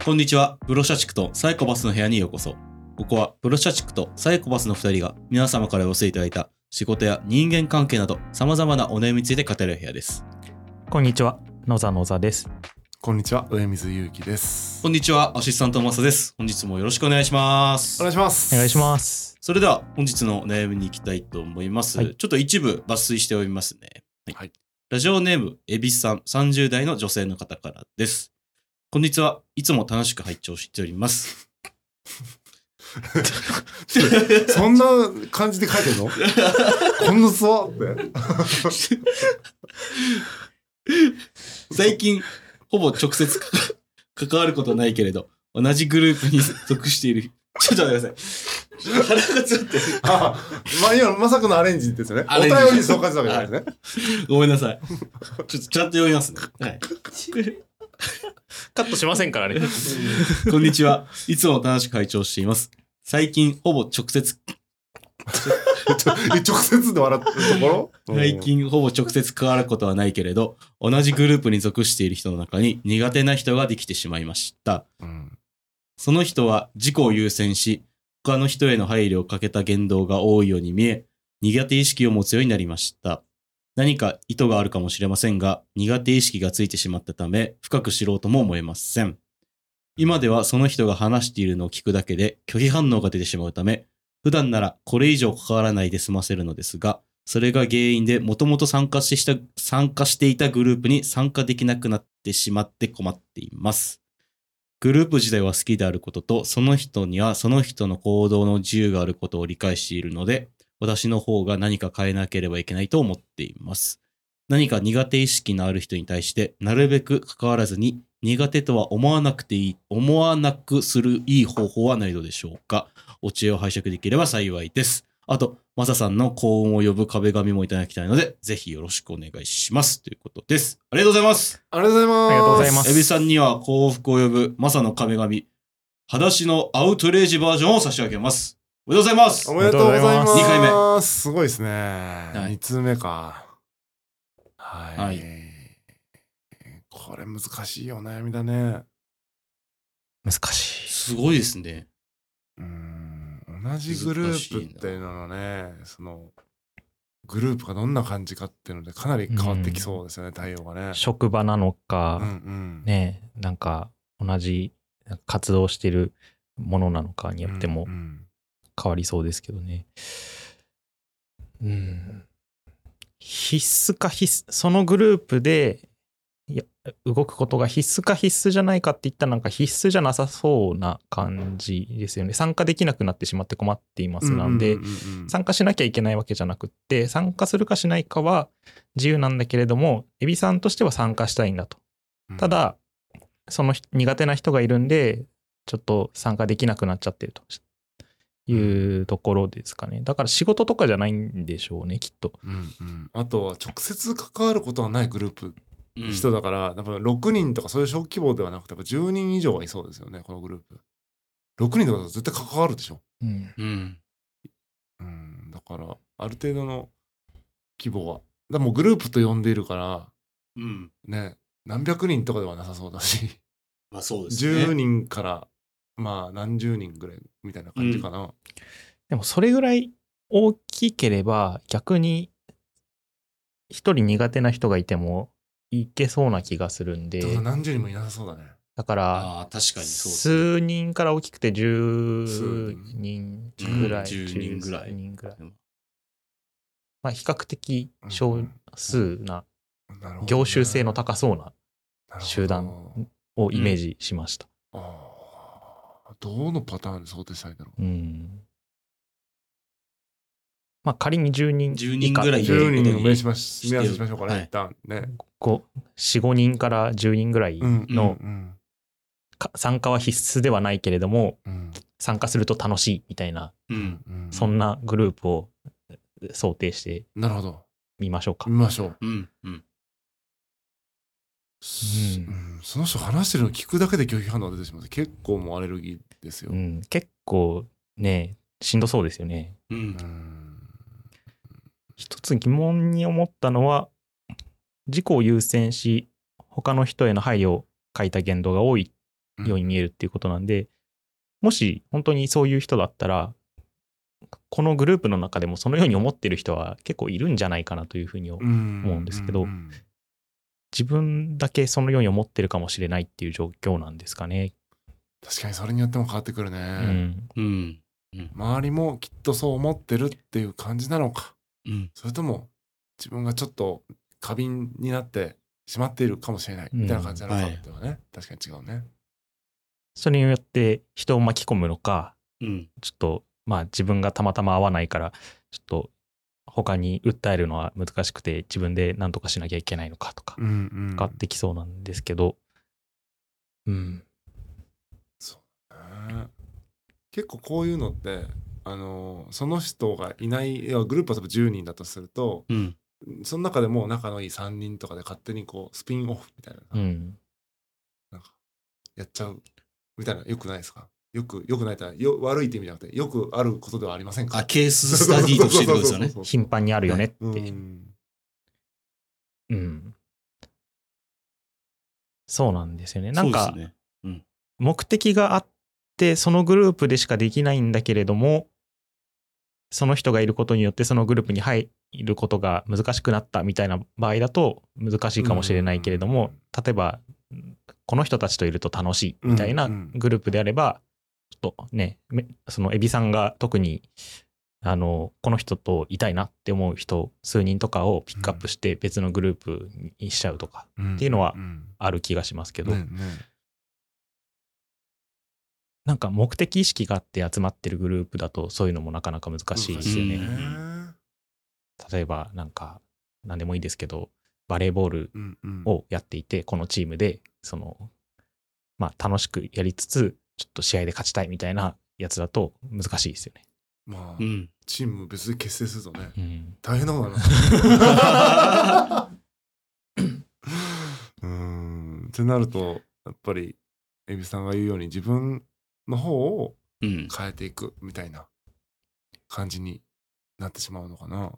こんにちは。プロ社畜とサイコパスの部屋にようこそ。ここはプロ社畜とサイコパスの2人が皆様からお寄せいただいた仕事や人間関係など様々なお悩みについて語る部屋です。 こんにちは、野座です。 こんにちは、上水祐樹です。 こんにちは、アシスタントマサです。本日もよろしくお願いします。 お願いします。 お願いします。 それでは本日のお悩みに行きたいと思います。 はい、 ちょっと一部抜粋しておりますね。 はい。 ラジオネームエビスさん、30代の女性の方からです。こんにちは。いつも楽しく拝聴しております。 そんな感じで書いてんの？こんなそうって最近ほぼ直接関わることはないけれど同じグループに属している。ちょっと待ってください。腹がつってる。 今まさかのアレンジですよね。お便りにそう感じたわけじゃないですね。 ごめんなさい。ちょっとちゃんと読みますね。はい。 カットしませんからね。 こんにちは。いつも楽しく拝聴しています。最近ほぼ直接直接で笑ったところ？ 最近ほぼ直接関わることはないけれど同じグループに属している人の中に苦手な人ができてしまいました。その人は自己を優先し他の人への配慮をかけた言動が多いように見え苦手意識を持つようになりました。何か意図があるかもしれませんが苦手意識がついてしまったため深く知ろうとも思えません。今ではその人が話しているのを聞くだけで拒否反応が出てしまうため普段ならこれ以上関わらないで済ませるのですがそれが原因でもともと参加していたグループに参加できなくなってしまって困っています。グループ自体は好きであることとその人にはその人の行動の自由があることを理解しているので私の方が何か変えなければいけないと思っています。何か苦手意識のある人に対してなるべく関わらずに苦手とは思わなくするいい方法はないのでしょうか。お知恵を拝借できれば幸いです。あと、マサさんの幸運を呼ぶ壁紙もいただきたいので、ぜひよろしくお願いします。ということです。ありがとうございます。 ありがとうございます。 ありがとうございます。 エビさんには幸福を呼ぶマサの壁紙、裸足のアウトレイジバージョンを差し上げます。おめでとうございます。 おめでとうございます。 2回目。 すごいですね。 はい、 2通目か。はい。 はい、 これ難しいお悩みだね。 難しい。 すごいですね。 同じグループっていうののね、そのグループがどんな感じかっていうのでかなり変わってきそうですよね、対応がね。 職場なのか、ね、なんか同じ活動してるものなのかによっても変わりそうですけどね。必須かそのグループで動くことが必須か必須じゃないかって言ったらなんか必須じゃなさそうな感じですよね。参加できなくなってしまって困っていますなんで、参加しなきゃいけないわけじゃなくって参加するかしないかは自由なんだけれどもエビさんとしては参加したいんだと。ただその苦手な人がいるんでちょっと参加できなくなっちゃってるというところですかね。だから仕事とかじゃないんでしょうね、きっと。 あとは直接関わることはないグループ人だから、多分6人とかそういう小規模ではなくて10人以上はいそうですよね、このグループ。6人とか絶対関わるでしょ。だからある程度の規模はだもうグループと呼んでいるから、ね、何百人とかではなさそうだし、 まあそうですね、 10人からまあ何十人ぐらいみたいな感じかな。 でもそれぐらい大きければ逆に一人苦手な人がいてもいけそうな気がするんで。 何十人もいなさそうだね。 だから確かにそうです、ね、 数人から大きくて10人ぐらい、 10人ぐらい、 まあ比較的少数な業種性の高そうな集団をイメージしました。 どのパターンで想定したいんだろう。 まあ仮に10人以下ぐらい 10人を目安にしましょうかね、一旦ね。 4、5人から10人ぐらいの参加は必須ではないけれども、参加すると楽しいみたいな、そんなグループを想定してみましょうか。 見ましょう。その人話してるの聞くだけで拒否反応が出てしまう。結構もうアレルギーですよ。 結構ねしんどそうですよね。一つ疑問に思ったのは自己を優先し他の人への配慮を書いた言動が多いっように見えるっていうことなんで、もし本当にそういう人だったら、このグループの中でもそのように思ってる人は結構いるんじゃないかなというふうに思うんですけど、自分だけそのように思ってるかもしれないっていう状況なんですかね。 確かにそれによっても変わってくるね。 うん周りもきっとそう思ってるっていう感じなのか、 うんそれとも自分がちょっと過敏になってしまっているかもしれないみたいな感じなのかっていうのはね、確かに違うね。 それによって人を巻き込むのか、 うんちょっとまあ自分がたまたま合わないからちょっと他に訴えるのは難しくて自分で何とかしなきゃいけないのかとか変わってきそうなんですけど、 そうね。結構こういうのってその人がいないグループは多分10人だとすると、その中でもう仲のいい3人とかで勝手にこうスピンオフみたいな、なんかやっちゃうみたいな、よくないですか？よくないって悪いって意味じゃなくてよくあることではありませんか？ ケーススタディとしてることですよね。 頻繁にあるよねって。そうなんですよね。なんか目的があってそのグループでしかできないんだけれども、その人がいることによってそのグループに入ることが難しくなったみたいな場合だと難しいかもしれないけれども、例えばこの人たちといると楽しいみたいなグループであれば、ちょっとね、そのエビさんが特にこの人といたいなって思う人数人とかをピックアップして別のグループにしちゃうとかっていうのはある気がしますけど、なんか目的意識があって集まってるグループだとそういうのもなかなか難しいですよね。例えばなんか何でもいいですけど、バレーボールをやっていてこのチームでまあ楽しくやりつつちょっと試合で勝ちたいみたいなやつだと難しいですよね。 まあ、チーム別で結成するとね、大変なことなってなるとやっぱりエビさんが言うように自分の方を変えていくみたいな感じになってしまうのかな。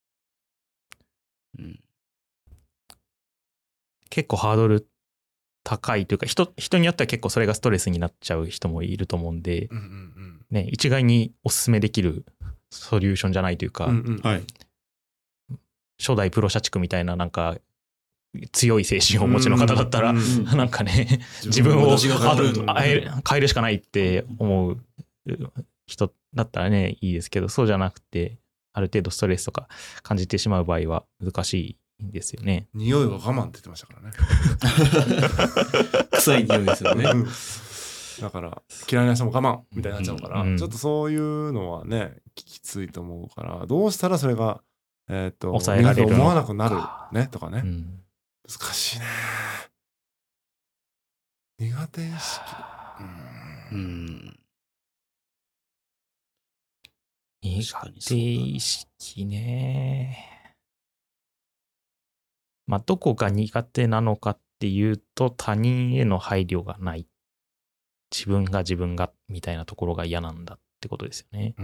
結構ハードル高いというか、人によっては結構それがストレスになっちゃう人もいると思うんで、ね、一概におすすめできるソリューションじゃないというか、初代プロ社畜みたいななんか強い精神をお持ちの方だったら、なんかね、自分を変えるしかないって思う人だったらね、いいですけど、そうじゃなくて、ある程度ストレスとか感じてしまう場合は難しいんですよね。 匂いは我慢って言ってましたからね。 臭い匂いですよね。 だから嫌いな人も我慢みたいになっちゃうから、ちょっとそういうのはねきついと思うから、どうしたらそれが抑えられる思わなくなるねとかね、難しいね。苦手意識。 苦手意識ね。まあどこが苦手なのかっていうと、他人への配慮がない。自分がみたいなところが嫌なんだってことですよね。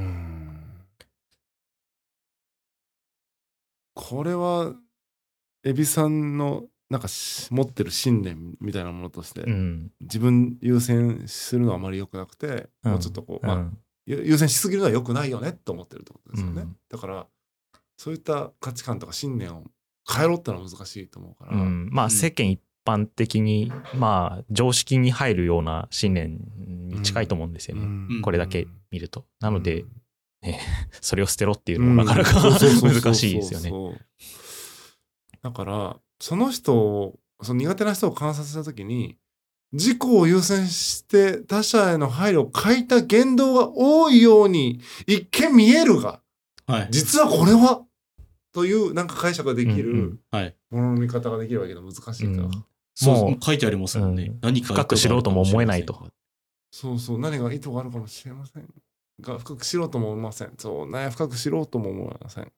これはエビさんのなんか持ってる信念みたいなものとして、自分優先するのはあまり良くなくて、もうちょっとこう、優先しすぎるのは良くないよねと思ってるってことですよね。だからそういった価値観とか信念を変えろってのは難しいと思うから、 まあ世間一般的にまあ常識に入るような信念に近いと思うんですよね、これだけ見ると。なので、ね、それを捨てろっていうのもなかなか難しいですよね。 だからその苦手な人を観察した時に、自己を優先して他者への配慮を欠いた言動が多いように一見見えるが、実はこれはというなんか解釈ができるものの見方ができるわけで難しいから、 もう書いてありますもんね。何か深く知ろうとも思えないと。 そう何が意図があるかもしれませんが、深く知ろうとも思いません。そうね、深く知ろうとも思いません。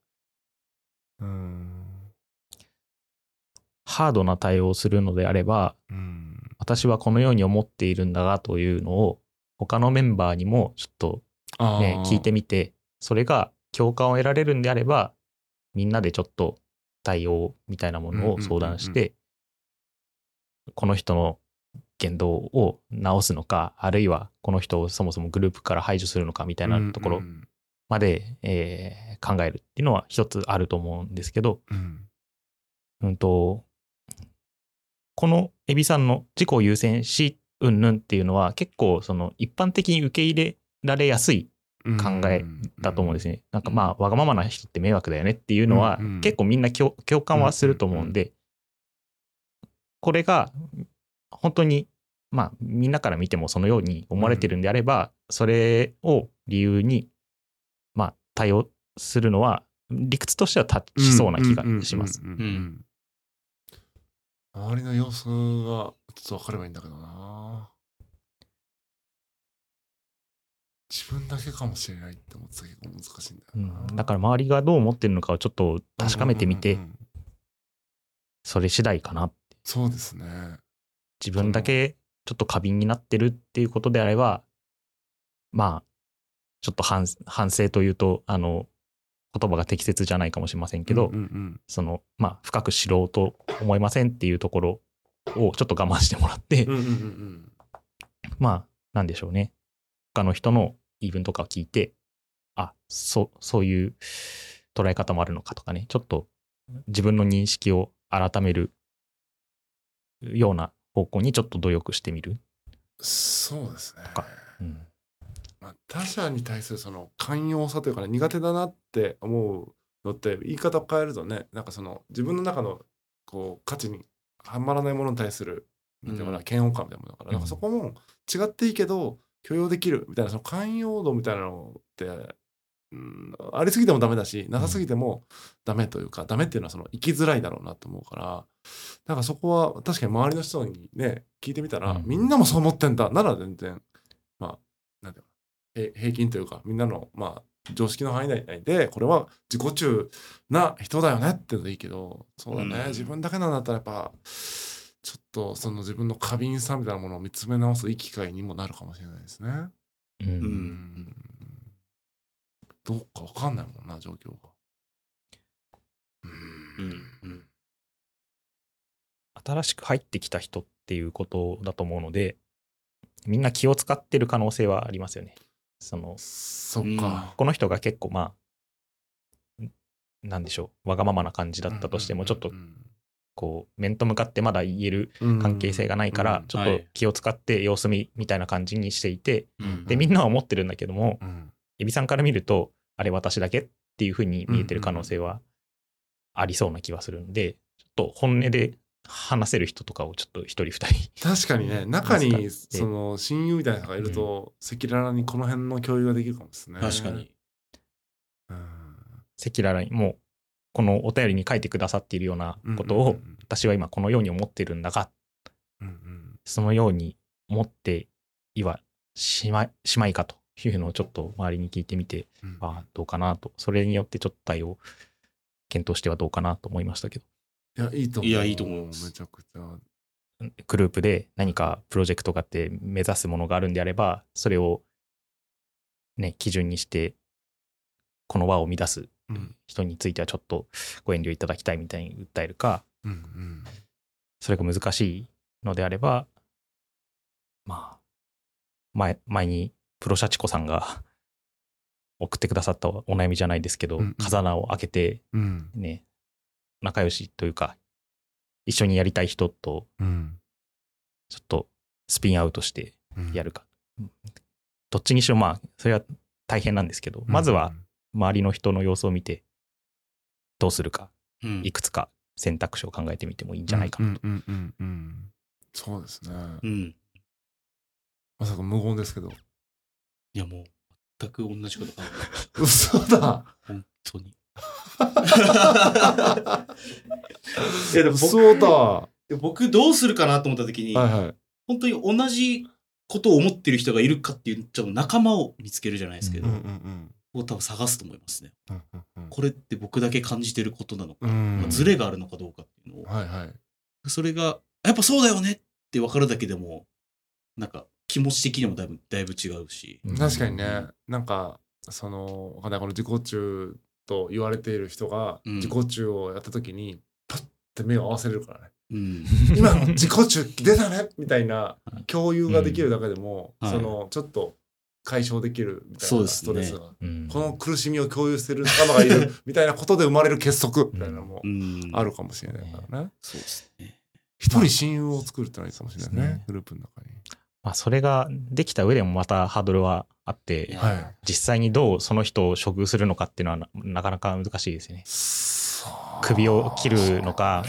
ハードな対応をするのであれば、私はこのように思っているんだがというのを他のメンバーにもちょっとね聞いてみて、それが共感を得られるんであれば、みんなでちょっと対応みたいなものを相談して、この人の言動を直すのか、あるいはこの人をそもそもグループから排除するのかみたいなところまで、考えるっていうのは一つあると思うんですけど、このエビさんの自己優先しうんぬんっていうのは結構その一般的に受け入れられやすい考えだと思うんですね。なんかまあわがままな人って迷惑だよねっていうのは結構みんな共感はすると思うんで、これが本当にまあみんなから見てもそのように思われてるんであれば、それを理由にまあ対応するのは理屈としては達しそうな気がします。 周りの様子がちょっと分かればいいんだけどな。自分だけかもしれないって思ってたけど難しいんだよな、 だから周りがどう思ってるのかをちょっと確かめてみて、それ次第かなって。 そうですね。 自分だけちょっと過敏になってるっていうことであれば、まあちょっと反省というと言葉が適切じゃないかもしれませんけど、そのまあ深く知ろうと思いませんっていうところをちょっと我慢してもらって、まあなんでしょうね、他の人の言い分とかを聞いて、あ、そういう捉え方もあるのかとかね、ちょっと自分の認識を改めるような方向にちょっと努力してみる。 そうですね。 まあ、他者に対するその寛容さというかね、苦手だなって思うのって言い方を変えるとね、なんかその自分の中のこう価値にはまらないものに対するなんていうかな、嫌悪感みたいなものだから、なんかそこも違っていいけど許容できるみたいな、その寛容度みたいなのって、ありすぎてもダメだし、なさすぎてもダメというか、ダメっていうのはその生きづらいだろうなと思うから、なんかそこは確かに周りの人にね聞いてみたら、みんなもそう思ってんだなら全然まあなんていうか平均というかみんなのまあ常識の範囲内でこれは自己中な人だよねってのでいいけど、そうだね、自分だけなんだったらやっぱちょっとその自分の過敏さみたいなものを見つめ直すいい機会にもなるかもしれないですね。どうか分かんないもんな、状況が。 新しく入ってきた人っていうことだと思うので、みんな気を使ってる可能性はありますよね。そっか。 この人が結構まあなんでしょう、わがままな感じだったとしても、ちょっとこう面と向かってまだ言える関係性がないから、ちょっと気を使って様子見みたいな感じにしていて、でみんなは思ってるんだけども、エビさんから見るとあれ私だけっていう風に見えてる可能性はありそうな気はするんで、ちょっと本音で話せる人とかをちょっと一人二人確かにね、中にその親友みたいな人がいると赤裸々にこの辺の共有ができるかもですね。 確かに。 赤裸々にもうこのお便りに書いてくださっているようなことを私は今このように思ってるんだが、そのように思ってしまいかというのをちょっと周りに聞いてみて、どうかなと、それによってちょっと対応検討してはどうかなと思いましたけど。 いや、いいと思う。 いや、いいと思います。 めちゃくちゃ。 グループで何かプロジェクトがあって目指すものがあるんであれば、それをね、基準にしてこの輪を乱す人についてはちょっとご遠慮いただきたいみたいに訴えるか、それが難しいのであれば、まあ前にプロシャチコさんが送ってくださったお悩みじゃないですけど、風穴を開けてね、仲良しというか一緒にやりたい人とちょっとスピンアウトしてやるか、どっちにしろまあそれは大変なんですけど、まずは周りの人の様子を見てどうするか、いくつか選択肢を考えてみてもいいんじゃないかなと。 そうですね。まさか無言ですけど。 いやもう全く同じこと考えて嘘だ。 本当に。 いやでもそうだ。 僕どうするかなと思った時に、本当に同じことを思ってる人がいるかっていうちょっと仲間を見つけるじゃないですけど、を多分探すと思いますね。これって僕だけ感じてることなのか、ズレがあるのかどうかっていうのを、それがやっぱそうだよねって分かるだけでもなんか気持ち的にもだいぶ違うし。 確かにね、なんかそのこの自己中と言われている人が自己中をやった時にパッて目を合わせれるからね。 今の自己中出たねみたいな共有ができるだけでも、そのちょっと解消できるみたいなストレスが、この苦しみを共有してる仲間がいるみたいなことで生まれる結束みたいなのもあるかもしれないからね。 そうですね。 一人親友を作るってのはいいかもしれないね、グループの中に。 まあそれができた上でもまたハードルはあって、実際にどうその人を処遇するのかっていうのはなかなか難しいですよね。首を切るのか、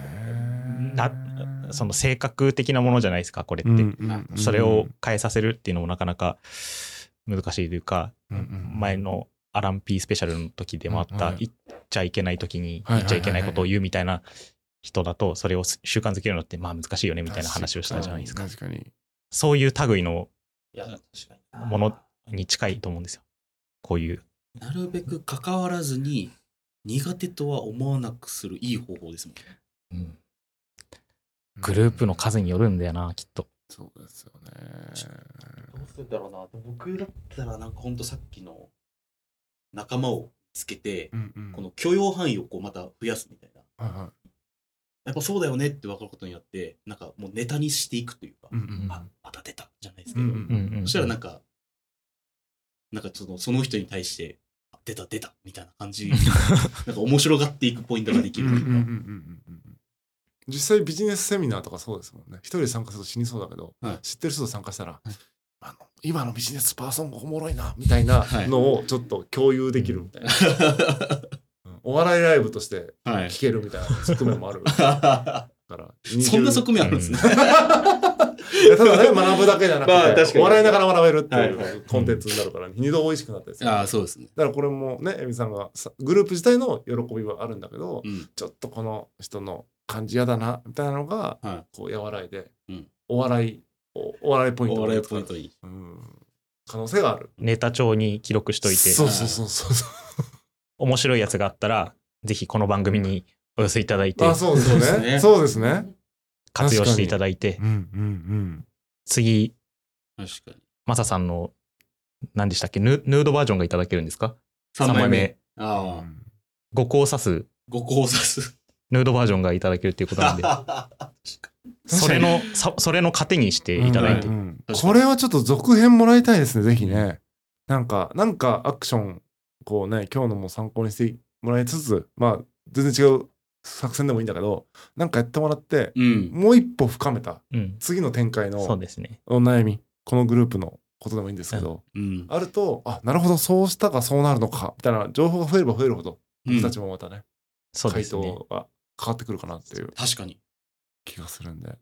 その性格的なものじゃないですか、これって。それを変えさせるっていうのもなかなか難しいというか、前のアラン P スペシャルの時でもあった、言っちゃいけない時に言っちゃいけないことを言うみたいな人だと、それを習慣づけるのってまあ難しいよねみたいな話をしたじゃないですか。 確かに。 そういう類のものに近いと思うんですよ。こういう。 なるべく関わらずに苦手とは思わなくするいい方法ですもん。 グループの数によるんだよな、きっと。 そうですよね。 どうするんだろうな。僕だったらなんかほんとさっきの仲間をつけて、この許容範囲をこうまた増やすみたいな。やっぱそうだよねって分かることによって、なんかもうネタにしていくというか、あ、また出たじゃないですけど、そしたらなんかその人に対して、出たみたいな感じ、なんか面白がっていくポイントができるというか。 実際ビジネスセミナーとかそうですもんね。一人で参加すると死にそうだけど、知ってる人と参加したら、今のビジネスパーソンがおもろいなみたいなのをちょっと共有できるみたいな。お笑いライブとして聴けるみたいな側面もあるからそんな側面あるんですね。 ただね、学ぶだけじゃなくて、笑いながら学べるっていうコンテンツになるから二度美味しくなったりする。 そうですね。 だからこれもね、エミさんがグループ自体の喜びはあるんだけど、ちょっとこの人の感じやだなみたいなのがこう和らいで、お笑いポイントに可能性がある。 ネタ帳に記録しといて、 そう面白いやつがあったらぜひこの番組にお寄せいただいて、 そうですね。 活用していただいて、次マサさんの何でしたっけ、ヌードバージョンがいただけるんですか。3枚目。五光さすヌードバージョンがいただけるっていうことなんでそれの糧にしていただいて、 これはちょっと続編もらいたいですね、ぜひね。なんかアクションこうね、今日のも参考にしてもらいつつ、まあ全然違う作戦でもいいんだけど、なんかやってもらって、もう一歩深めた、次の展開のお悩み、このグループのことでもいいんですけど、あると、なるほど、そうしたかそうなるのかみたいな情報が増えれば増えるほど、僕たちもまたね、回答が変わってくるかなっていう気がするんで、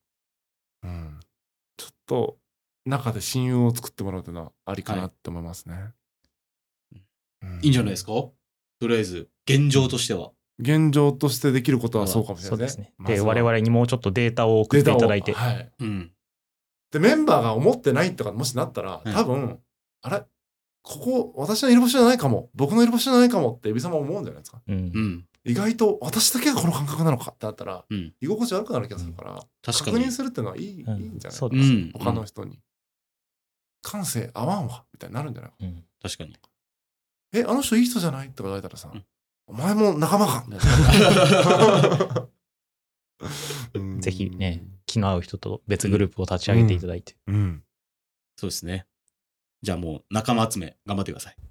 ちょっと中で親友を作ってもらうというのはありかなって思いますね。 いいんじゃないですか。とりあえず現状としては。 現状としてできることはそうかもしれない。 そうですね。で、我々にもうちょっとデータを送っていただいて。 で、メンバーが思ってないとかもしなったら、多分、あれここ私のいる場所じゃないかも、僕のいる場所じゃないかもってエビ様思うんじゃないですか。意外と私だけがこの感覚なのかってなったら、居心地悪くなる気がするから、確認するっていうのはいいんじゃないですか。他の人に。感性合わんわみたいになるんじゃないか。 確かに。 あの人いい人じゃないとか言われたらさ、お前も仲間かみたいな。ぜひね、気の合う人と別グループを立ち上げていただいて。 そうですね。じゃあもう仲間集め頑張ってください。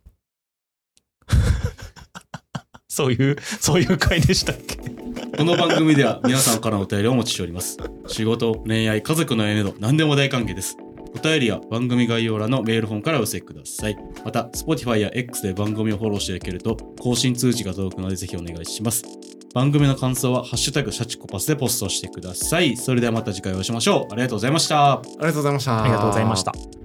そういう回でしたっけ。 この番組では皆さんからのお便りをお待ちしております。仕事、恋愛、家族の縁など何でも大歓迎です。お便りは番組概要欄のメールフォームからお寄せください。また Spotify や X で番組をフォローしていただけると更新通知が届くのでぜひお願いします。番組の感想はハッシュタグシャチコパスでポストしてください。それではまた次回お会いしましょう。ありがとうございました。 ありがとうございました。 ありがとうございました。